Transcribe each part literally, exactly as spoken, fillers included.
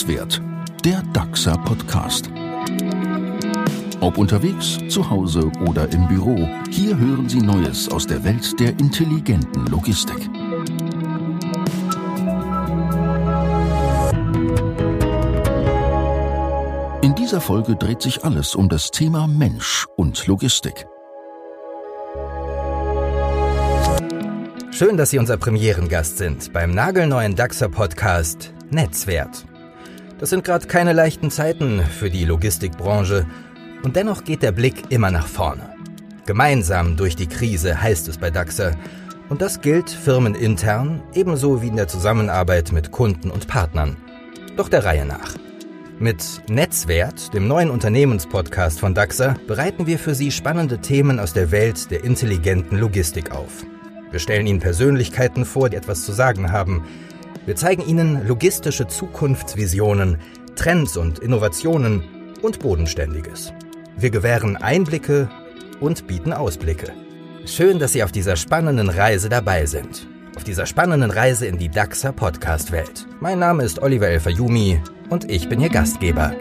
Netzwert, der DAXA Podcast. Ob unterwegs, zu Hause oder im Büro, hier hören Sie Neues aus der Welt der intelligenten Logistik. In dieser Folge dreht sich alles um das Thema Mensch und Logistik. Schön, dass Sie unser Premierengast sind beim nagelneuen DAXA-Podcast Netzwert. Das sind gerade keine leichten Zeiten für die Logistikbranche und dennoch geht der Blick immer nach vorne. Gemeinsam durch die Krise heißt es bei DAXA und das gilt firmenintern ebenso wie in der Zusammenarbeit mit Kunden und Partnern. Doch der Reihe nach. Mit Netzwert, dem neuen Unternehmenspodcast von DAXA, bereiten wir für Sie spannende Themen aus der Welt der intelligenten Logistik auf. Wir stellen Ihnen Persönlichkeiten vor, die etwas zu sagen haben. Wir zeigen Ihnen logistische Zukunftsvisionen, Trends und Innovationen und Bodenständiges. Wir gewähren Einblicke und bieten Ausblicke. Schön, dass Sie auf dieser spannenden Reise dabei sind. Auf dieser spannenden Reise in die DAXA-Podcast-Welt. Mein Name ist Oliver El-Fayumi und ich bin Ihr Gastgeber.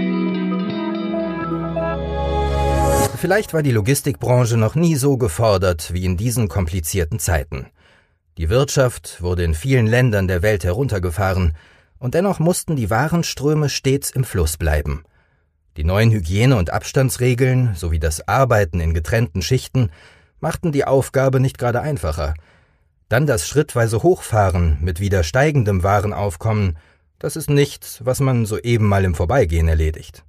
Vielleicht war die Logistikbranche noch nie so gefordert wie in diesen komplizierten Zeiten. Die Wirtschaft wurde in vielen Ländern der Welt heruntergefahren und dennoch mussten die Warenströme stets im Fluss bleiben. Die neuen Hygiene- und Abstandsregeln sowie das Arbeiten in getrennten Schichten machten die Aufgabe nicht gerade einfacher. Dann das schrittweise Hochfahren mit wieder steigendem Warenaufkommen, das ist nichts, was man soeben mal im Vorbeigehen erledigt.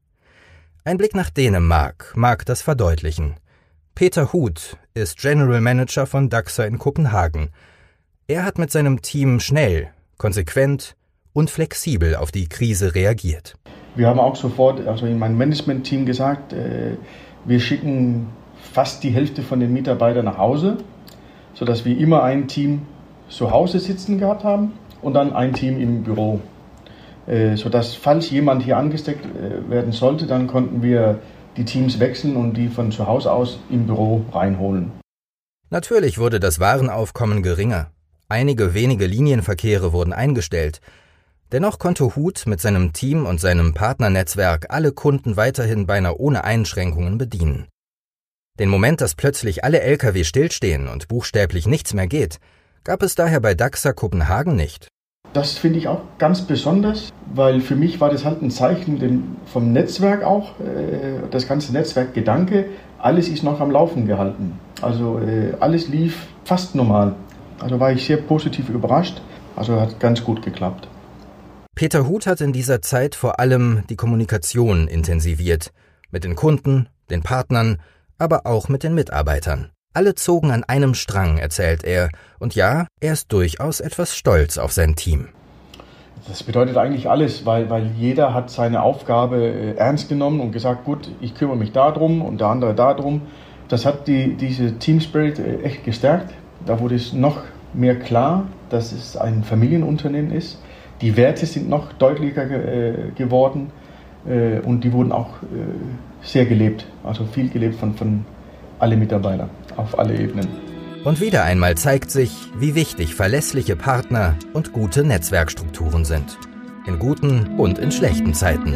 Ein Blick nach Dänemark mag das verdeutlichen. Peter Huth ist General Manager von DAXA in Kopenhagen. Er hat mit seinem Team schnell, konsequent und flexibel auf die Krise reagiert. Wir haben auch sofort, also in meinem Management-Team gesagt, äh, wir schicken fast die Hälfte von den Mitarbeitern nach Hause, sodass wir immer ein Team zu Hause sitzen gehabt haben und dann ein Team im Büro. Äh, sodass, falls jemand hier angesteckt äh, werden sollte, dann konnten wir die Teams wechseln und die von zu Hause aus im Büro reinholen. Natürlich wurde das Warenaufkommen geringer. Einige wenige Linienverkehre wurden eingestellt. Dennoch konnte Huth mit seinem Team und seinem Partnernetzwerk alle Kunden weiterhin beinahe ohne Einschränkungen bedienen. Den Moment, dass plötzlich alle L K W stillstehen und buchstäblich nichts mehr geht, gab es daher bei DAXA Kopenhagen nicht. Das finde ich auch ganz besonders, weil für mich war das halt ein Zeichen vom Netzwerk auch, das ganze Netzwerkgedanke, alles ist noch am Laufen gehalten. Also alles lief fast normal. Also war ich sehr positiv überrascht, also hat ganz gut geklappt. Peter Huth hat in dieser Zeit vor allem die Kommunikation intensiviert, mit den Kunden, den Partnern, aber auch mit den Mitarbeitern. Alle zogen an einem Strang, erzählt er. Und ja, er ist durchaus etwas stolz auf sein Team. Das bedeutet eigentlich alles, weil, weil jeder hat seine Aufgabe äh, ernst genommen und gesagt, gut, ich kümmere mich darum und der andere darum. Das hat die, diese Team Spirit äh, echt gestärkt. Da wurde es noch mehr klar, dass es ein Familienunternehmen ist. Die Werte sind noch deutlicher äh, geworden äh, und die wurden auch äh, sehr gelebt. Also viel gelebt von, von allen Mitarbeitern. Auf alle Ebenen. Und wieder einmal zeigt sich, wie wichtig verlässliche Partner und gute Netzwerkstrukturen sind. In guten und in schlechten Zeiten.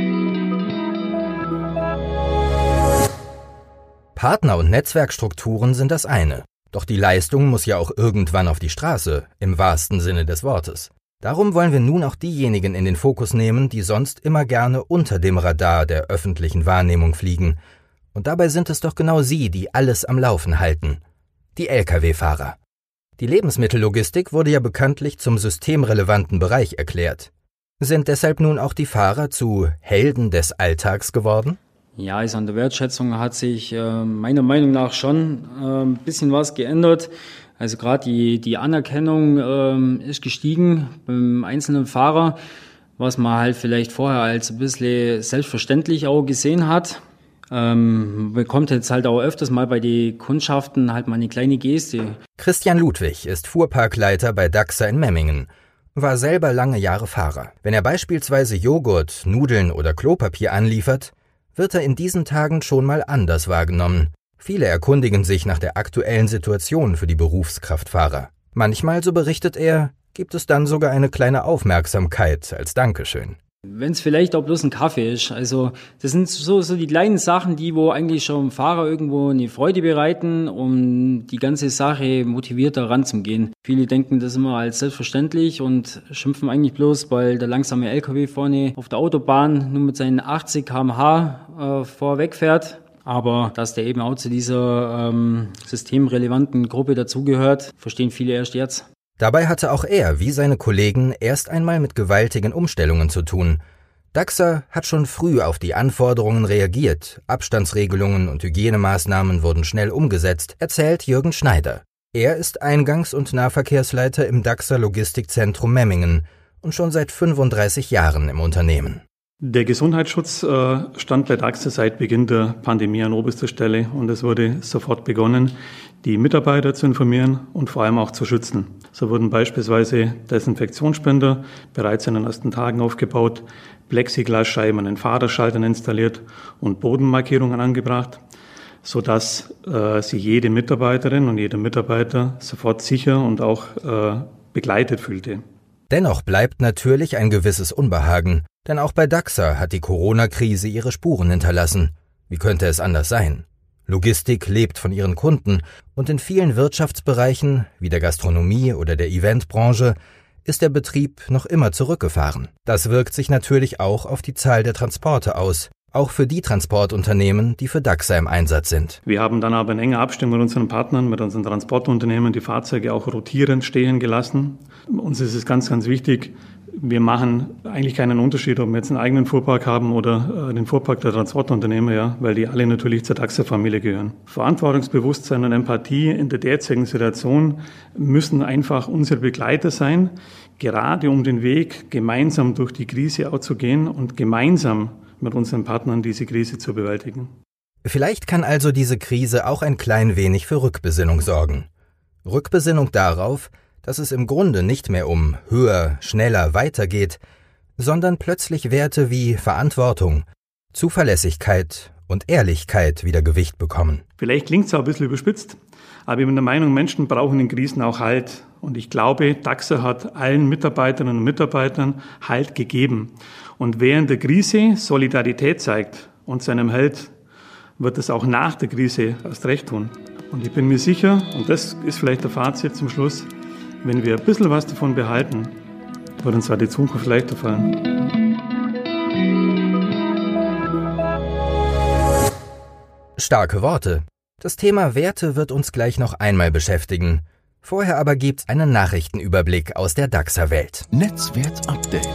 Partner- und Netzwerkstrukturen sind das eine. Doch die Leistung muss ja auch irgendwann auf die Straße, im wahrsten Sinne des Wortes. Darum wollen wir nun auch diejenigen in den Fokus nehmen, die sonst immer gerne unter dem Radar der öffentlichen Wahrnehmung fliegen. Und dabei sind es doch genau sie, die alles am Laufen halten. Die L K W-Fahrer. Die Lebensmittellogistik wurde ja bekanntlich zum systemrelevanten Bereich erklärt. Sind deshalb nun auch die Fahrer zu Helden des Alltags geworden? Ja, also an der Wertschätzung hat sich äh, meiner Meinung nach schon äh, ein bisschen was geändert. Also gerade die, die Anerkennung äh, ist gestiegen beim einzelnen Fahrer, was man halt vielleicht vorher als ein bisschen selbstverständlich auch gesehen hat. Ähm, bekommt jetzt halt auch öfters mal bei den Kundschaften halt mal eine kleine Geste. Christian Ludwig ist Fuhrparkleiter bei DAXA in Memmingen, war selber lange Jahre Fahrer. Wenn er beispielsweise Joghurt, Nudeln oder Klopapier anliefert, wird er in diesen Tagen schon mal anders wahrgenommen. Viele erkundigen sich nach der aktuellen Situation für die Berufskraftfahrer. Manchmal, so berichtet er, gibt es dann sogar eine kleine Aufmerksamkeit als Dankeschön. Wenn es vielleicht auch bloß ein Kaffee ist. Also das sind so, so die kleinen Sachen, die wo eigentlich schon dem Fahrer irgendwo eine Freude bereiten, um die ganze Sache motivierter ranzugehen. Viele denken das immer als selbstverständlich und schimpfen eigentlich bloß, weil der langsame L K W vorne auf der Autobahn nur mit seinen achtzig Kilometer pro Stunde äh, vorweg fährt. Aber dass der eben auch zu dieser ähm, systemrelevanten Gruppe dazugehört, verstehen viele erst jetzt. Dabei hatte auch er, wie seine Kollegen, erst einmal mit gewaltigen Umstellungen zu tun. Dachser hat schon früh auf die Anforderungen reagiert, Abstandsregelungen und Hygienemaßnahmen wurden schnell umgesetzt, erzählt Jürgen Schneider. Er ist Eingangs- und Nahverkehrsleiter im Dachser Logistikzentrum Memmingen und schon seit fünfunddreißig Jahren im Unternehmen. Der Gesundheitsschutz äh, stand bei Dachser seit Beginn der Pandemie an oberster Stelle und es wurde sofort begonnen, die Mitarbeiter zu informieren und vor allem auch zu schützen. So wurden beispielsweise Desinfektionsspender bereits in den ersten Tagen aufgebaut, Plexiglasscheiben an den Fahrerschaltern installiert und Bodenmarkierungen angebracht, sodass äh, sich jede Mitarbeiterin und jeder Mitarbeiter sofort sicher und auch äh, begleitet fühlte. Dennoch bleibt natürlich ein gewisses Unbehagen, denn auch bei Dachser hat die Corona-Krise ihre Spuren hinterlassen. Wie könnte es anders sein? Logistik lebt von ihren Kunden und in vielen Wirtschaftsbereichen, wie der Gastronomie oder der Eventbranche, ist der Betrieb noch immer zurückgefahren. Das wirkt sich natürlich auch auf die Zahl der Transporte aus, auch für die Transportunternehmen, die für Dachser im Einsatz sind. Wir haben dann aber in enger Abstimmung mit unseren Partnern, mit unseren Transportunternehmen die Fahrzeuge auch rotierend stehen gelassen. Uns ist es ganz, ganz wichtig, wir machen eigentlich keinen Unterschied, ob wir jetzt einen eigenen Fuhrpark haben oder äh, den Fuhrpark der Transportunternehmer, ja, weil die alle natürlich zur Dachser-Familie gehören. Verantwortungsbewusstsein und Empathie in der derzeitigen Situation müssen einfach unsere Begleiter sein, gerade um den Weg gemeinsam durch die Krise auch zu gehen und gemeinsam mit unseren Partnern diese Krise zu bewältigen. Vielleicht kann also diese Krise auch ein klein wenig für Rückbesinnung sorgen. Rückbesinnung darauf, dass es im Grunde nicht mehr um höher, schneller weitergeht, sondern plötzlich Werte wie Verantwortung, Zuverlässigkeit und Ehrlichkeit wieder Gewicht bekommen. Vielleicht klingt es auch ein bisschen überspitzt, aber ich bin der Meinung, Menschen brauchen in Krisen auch Halt. Und ich glaube, Dachser hat allen Mitarbeiterinnen und Mitarbeitern Halt gegeben. Und wer in der Krise Solidarität zeigt und seinem Halt, wird es auch nach der Krise erst recht tun. Und ich bin mir sicher, und das ist vielleicht der Fazit zum Schluss, wenn wir ein bisschen was davon behalten, wird uns auch die Zukunft leichter fallen. Starke Worte. Das Thema Werte wird uns gleich noch einmal beschäftigen. Vorher aber gibt's einen Nachrichtenüberblick aus der Dachser-Welt. Netzwert-Update.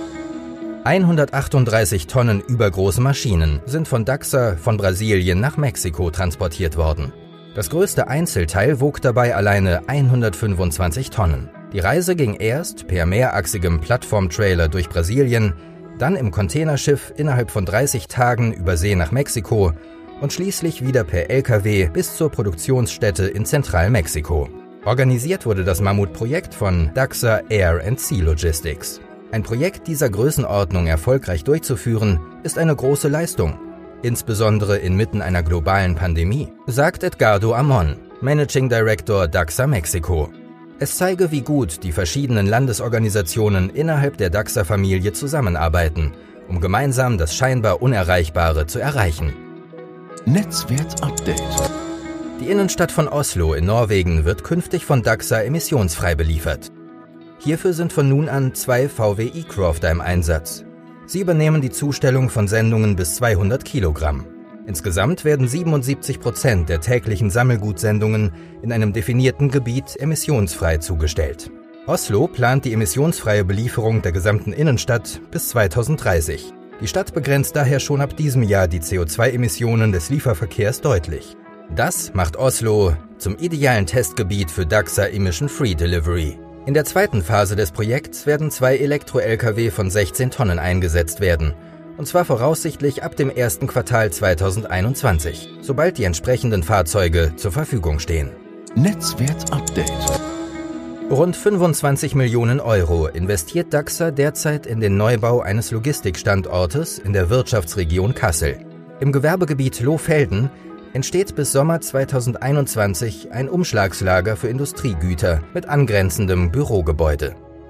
hundertachtunddreißig Tonnen übergroße Maschinen sind von Dachser von Brasilien nach Mexiko transportiert worden. Das größte Einzelteil wog dabei alleine hundertfünfundzwanzig Tonnen. Die Reise ging erst per mehrachsigem Plattformtrailer durch Brasilien, dann im Containerschiff innerhalb von dreißig Tagen über See nach Mexiko und schließlich wieder per L K W bis zur Produktionsstätte in Zentralmexiko. Organisiert wurde das Mammutprojekt von Dachser Air and Sea Logistics. Ein Projekt dieser Größenordnung erfolgreich durchzuführen, ist eine große Leistung. Insbesondere inmitten einer globalen Pandemie, sagt Edgardo Amon, Managing Director Dachser Mexiko. Es zeige, wie gut die verschiedenen Landesorganisationen innerhalb der Dachser-Familie zusammenarbeiten, um gemeinsam das scheinbar Unerreichbare zu erreichen. Netzwert-Update. Die Innenstadt von Oslo in Norwegen wird künftig von Dachser emissionsfrei beliefert. Hierfür sind von nun an zwei V W E-Crofter im Einsatz. Sie übernehmen die Zustellung von Sendungen bis zweihundert Kilogramm. Insgesamt werden siebenundsiebzig Prozent der täglichen Sammelgutsendungen in einem definierten Gebiet emissionsfrei zugestellt. Oslo plant die emissionsfreie Belieferung der gesamten Innenstadt bis zweitausenddreißig. Die Stadt begrenzt daher schon ab diesem Jahr die C O zwei Emissionen des Lieferverkehrs deutlich. Das macht Oslo zum idealen Testgebiet für Dachser Emission Free Delivery. In der zweiten Phase des Projekts werden zwei Elektro-L K W von sechzehn Tonnen eingesetzt werden, und zwar voraussichtlich ab dem ersten Quartal zweitausendeinundzwanzig, sobald die entsprechenden Fahrzeuge zur Verfügung stehen. Netzwert-Update. Rund fünfundzwanzig Millionen Euro investiert Dachser derzeit in den Neubau eines Logistikstandortes in der Wirtschaftsregion Kassel. Im Gewerbegebiet Lohfelden entsteht bis Sommer zweitausendeinundzwanzig ein Umschlagslager für Industriegüter mit angrenzendem Bürogebäude.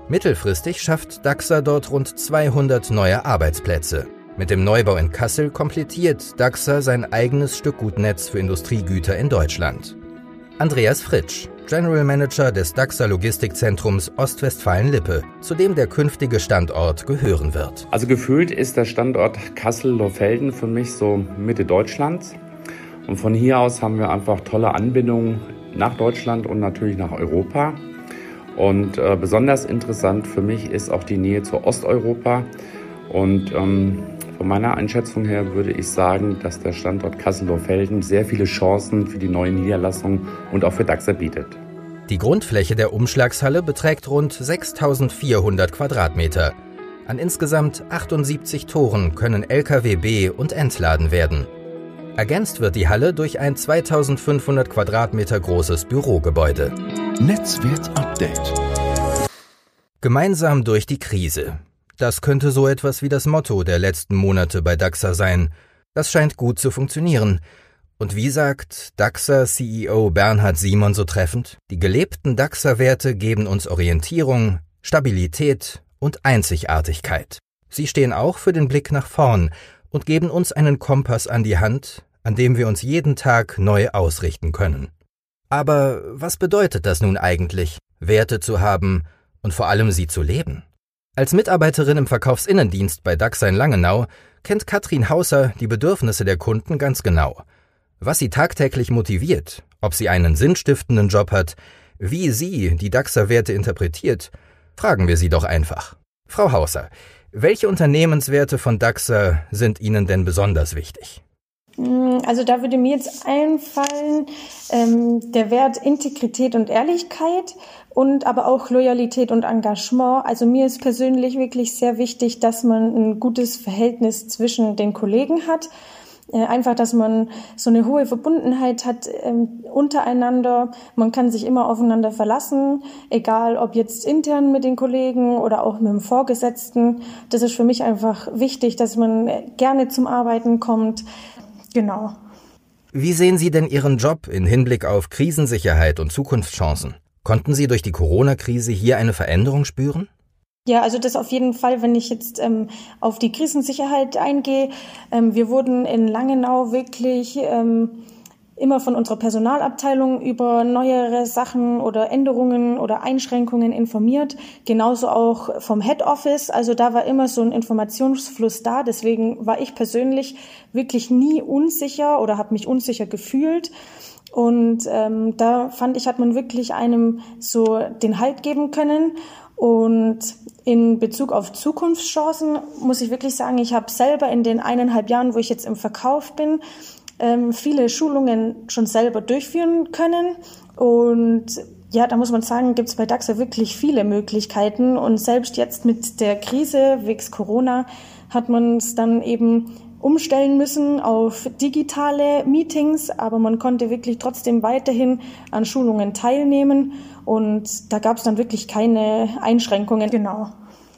Mittelfristig schafft DAXA dort rund zweihundert neue Arbeitsplätze. Mit dem Neubau in Kassel komplettiert DAXA sein eigenes Stückgutnetz für Industriegüter in Deutschland. Andreas Fritsch, General Manager des DAXA Logistikzentrums Ostwestfalen-Lippe, zu dem der künftige Standort gehören wird. Also gefühlt ist der Standort Kassel-Lohfelden für mich so Mitte Deutschlands. Und von hier aus haben wir einfach tolle Anbindungen nach Deutschland und natürlich nach Europa. Und äh, besonders interessant für mich ist auch die Nähe zu Osteuropa. Und ähm, von meiner Einschätzung her würde ich sagen, dass der Standort Kassel-Lohfelden sehr viele Chancen für die neue Niederlassung und auch für DAXA bietet. Die Grundfläche der Umschlagshalle beträgt rund sechstausendvierhundert Quadratmeter. An insgesamt achtundsiebzig Toren können L K W be- und entladen werden. Ergänzt wird die Halle durch ein zweitausendfünfhundert Quadratmeter großes Bürogebäude. Netzwert Update. Gemeinsam durch die Krise. Das könnte so etwas wie das Motto der letzten Monate bei DAXA sein. Das scheint gut zu funktionieren. Und wie sagt DAXA-C E O Bernhard Simon so treffend? Die gelebten DAXA-Werte geben uns Orientierung, Stabilität und Einzigartigkeit. Sie stehen auch für den Blick nach vorn und geben uns einen Kompass an die Hand, an dem wir uns jeden Tag neu ausrichten können. Aber was bedeutet das nun eigentlich, Werte zu haben und vor allem sie zu leben? Als Mitarbeiterin im Verkaufsinnendienst bei DAXA in Langenau kennt Katrin Hausser die Bedürfnisse der Kunden ganz genau. Was sie tagtäglich motiviert, ob sie einen sinnstiftenden Job hat, wie sie die DAXA-Werte interpretiert, fragen wir sie doch einfach. Frau Hausser, welche Unternehmenswerte von DAXA sind Ihnen denn besonders wichtig? Also da würde mir jetzt einfallen, ähm, der Wert Integrität und Ehrlichkeit und aber auch Loyalität und Engagement. Also mir ist persönlich wirklich sehr wichtig, dass man ein gutes Verhältnis zwischen den Kollegen hat. Äh, einfach, dass man so eine hohe Verbundenheit hat ähm, untereinander. Man kann sich immer aufeinander verlassen, egal ob jetzt intern mit den Kollegen oder auch mit dem Vorgesetzten. Das ist für mich einfach wichtig, dass man gerne zum Arbeiten kommt. Genau. Wie sehen Sie denn Ihren Job in Hinblick auf Krisensicherheit und Zukunftschancen? Konnten Sie durch die Corona-Krise hier eine Veränderung spüren? Ja, also das auf jeden Fall, wenn ich jetzt ähm, auf die Krisensicherheit eingehe. Ähm, wir wurden in Langenau wirklich ähm, immer von unserer Personalabteilung über neuere Sachen oder Änderungen oder Einschränkungen informiert. Genauso auch vom Head Office. Also da war immer so ein Informationsfluss da. Deswegen war ich persönlich wirklich nie unsicher oder habe mich unsicher gefühlt. Und ähm, da fand ich, hat man wirklich einem so den Halt geben können. Und in Bezug auf Zukunftschancen muss ich wirklich sagen, ich habe selber in den eineinhalb Jahren, wo ich jetzt im Verkauf bin, ähm, viele Schulungen schon selber durchführen können. Und ja, da muss man sagen, gibt es bei DAXA wirklich viele Möglichkeiten. Und selbst jetzt mit der Krise wegen Corona hat man es dann eben umstellen müssen auf digitale Meetings, aber man konnte wirklich trotzdem weiterhin an Schulungen teilnehmen und da gab es dann wirklich keine Einschränkungen. Genau.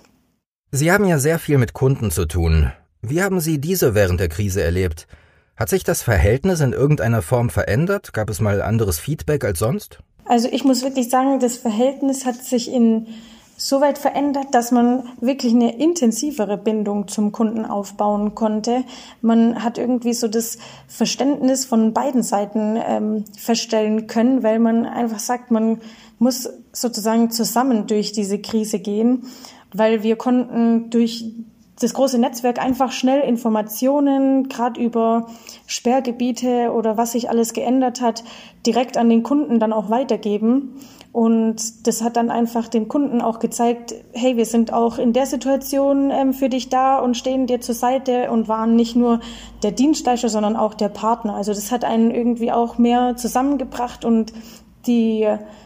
Sie haben ja sehr viel mit Kunden zu tun. Wie haben Sie diese während der Krise erlebt? Hat sich das Verhältnis in irgendeiner Form verändert? Gab es mal anderes Feedback als sonst? Also ich muss wirklich sagen, das Verhältnis hat sich in so weit verändert, dass man wirklich eine intensivere Bindung zum Kunden aufbauen konnte. Man hat irgendwie so das Verständnis von beiden Seiten ähm, feststellen können, weil man einfach sagt, man muss sozusagen zusammen durch diese Krise gehen, weil wir konnten durch das große Netzwerk einfach schnell Informationen, gerade über Sperrgebiete oder was sich alles geändert hat, direkt an den Kunden dann auch weitergeben. Und das hat dann einfach dem Kunden auch gezeigt, hey, wir sind auch in der Situation ähm, für dich da und stehen dir zur Seite und waren nicht nur der Dienstleister, sondern auch der Partner. Also das hat einen irgendwie auch mehr zusammengebracht und die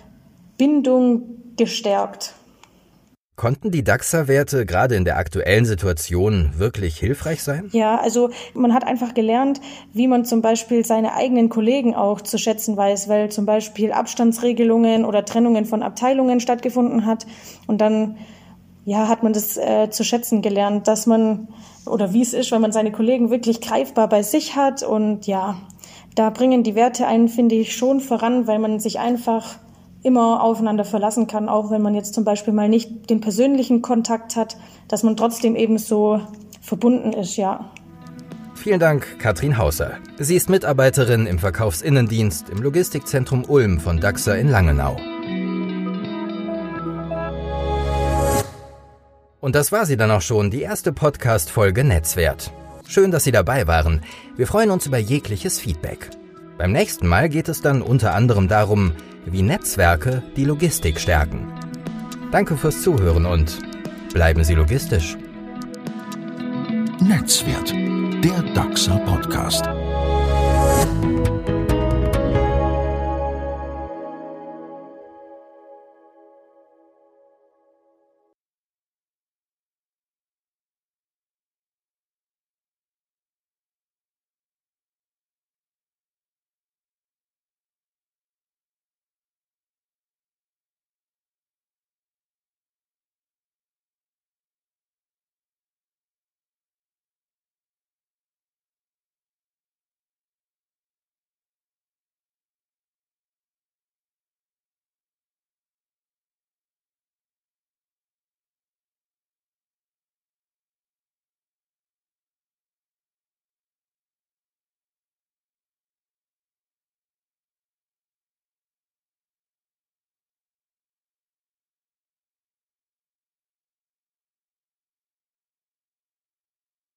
Bindung gestärkt. Konnten die DAXA-Werte gerade in der aktuellen Situation wirklich hilfreich sein? Ja, also man hat einfach gelernt, wie man zum Beispiel seine eigenen Kollegen auch zu schätzen weiß, weil zum Beispiel Abstandsregelungen oder Trennungen von Abteilungen stattgefunden hat. Und dann ja, hat man das äh, zu schätzen gelernt, dass man, oder wie es ist, wenn man seine Kollegen wirklich greifbar bei sich hat. Und ja, da bringen die Werte einen, finde ich, schon voran, weil man sich einfach immer aufeinander verlassen kann, auch wenn man jetzt zum Beispiel mal nicht den persönlichen Kontakt hat, dass man trotzdem eben so verbunden ist, ja. Vielen Dank, Katrin Hausser. Sie ist Mitarbeiterin im Verkaufsinnendienst im Logistikzentrum Ulm von DAXA in Langenau. Und das war sie dann auch schon, die erste Podcast-Folge Netzwert. Schön, dass Sie dabei waren. Wir freuen uns über jegliches Feedback. Beim nächsten Mal geht es dann unter anderem darum, wie Netzwerke die Logistik stärken. Danke fürs Zuhören und bleiben Sie logistisch. Netzwert, der DAXA Podcast.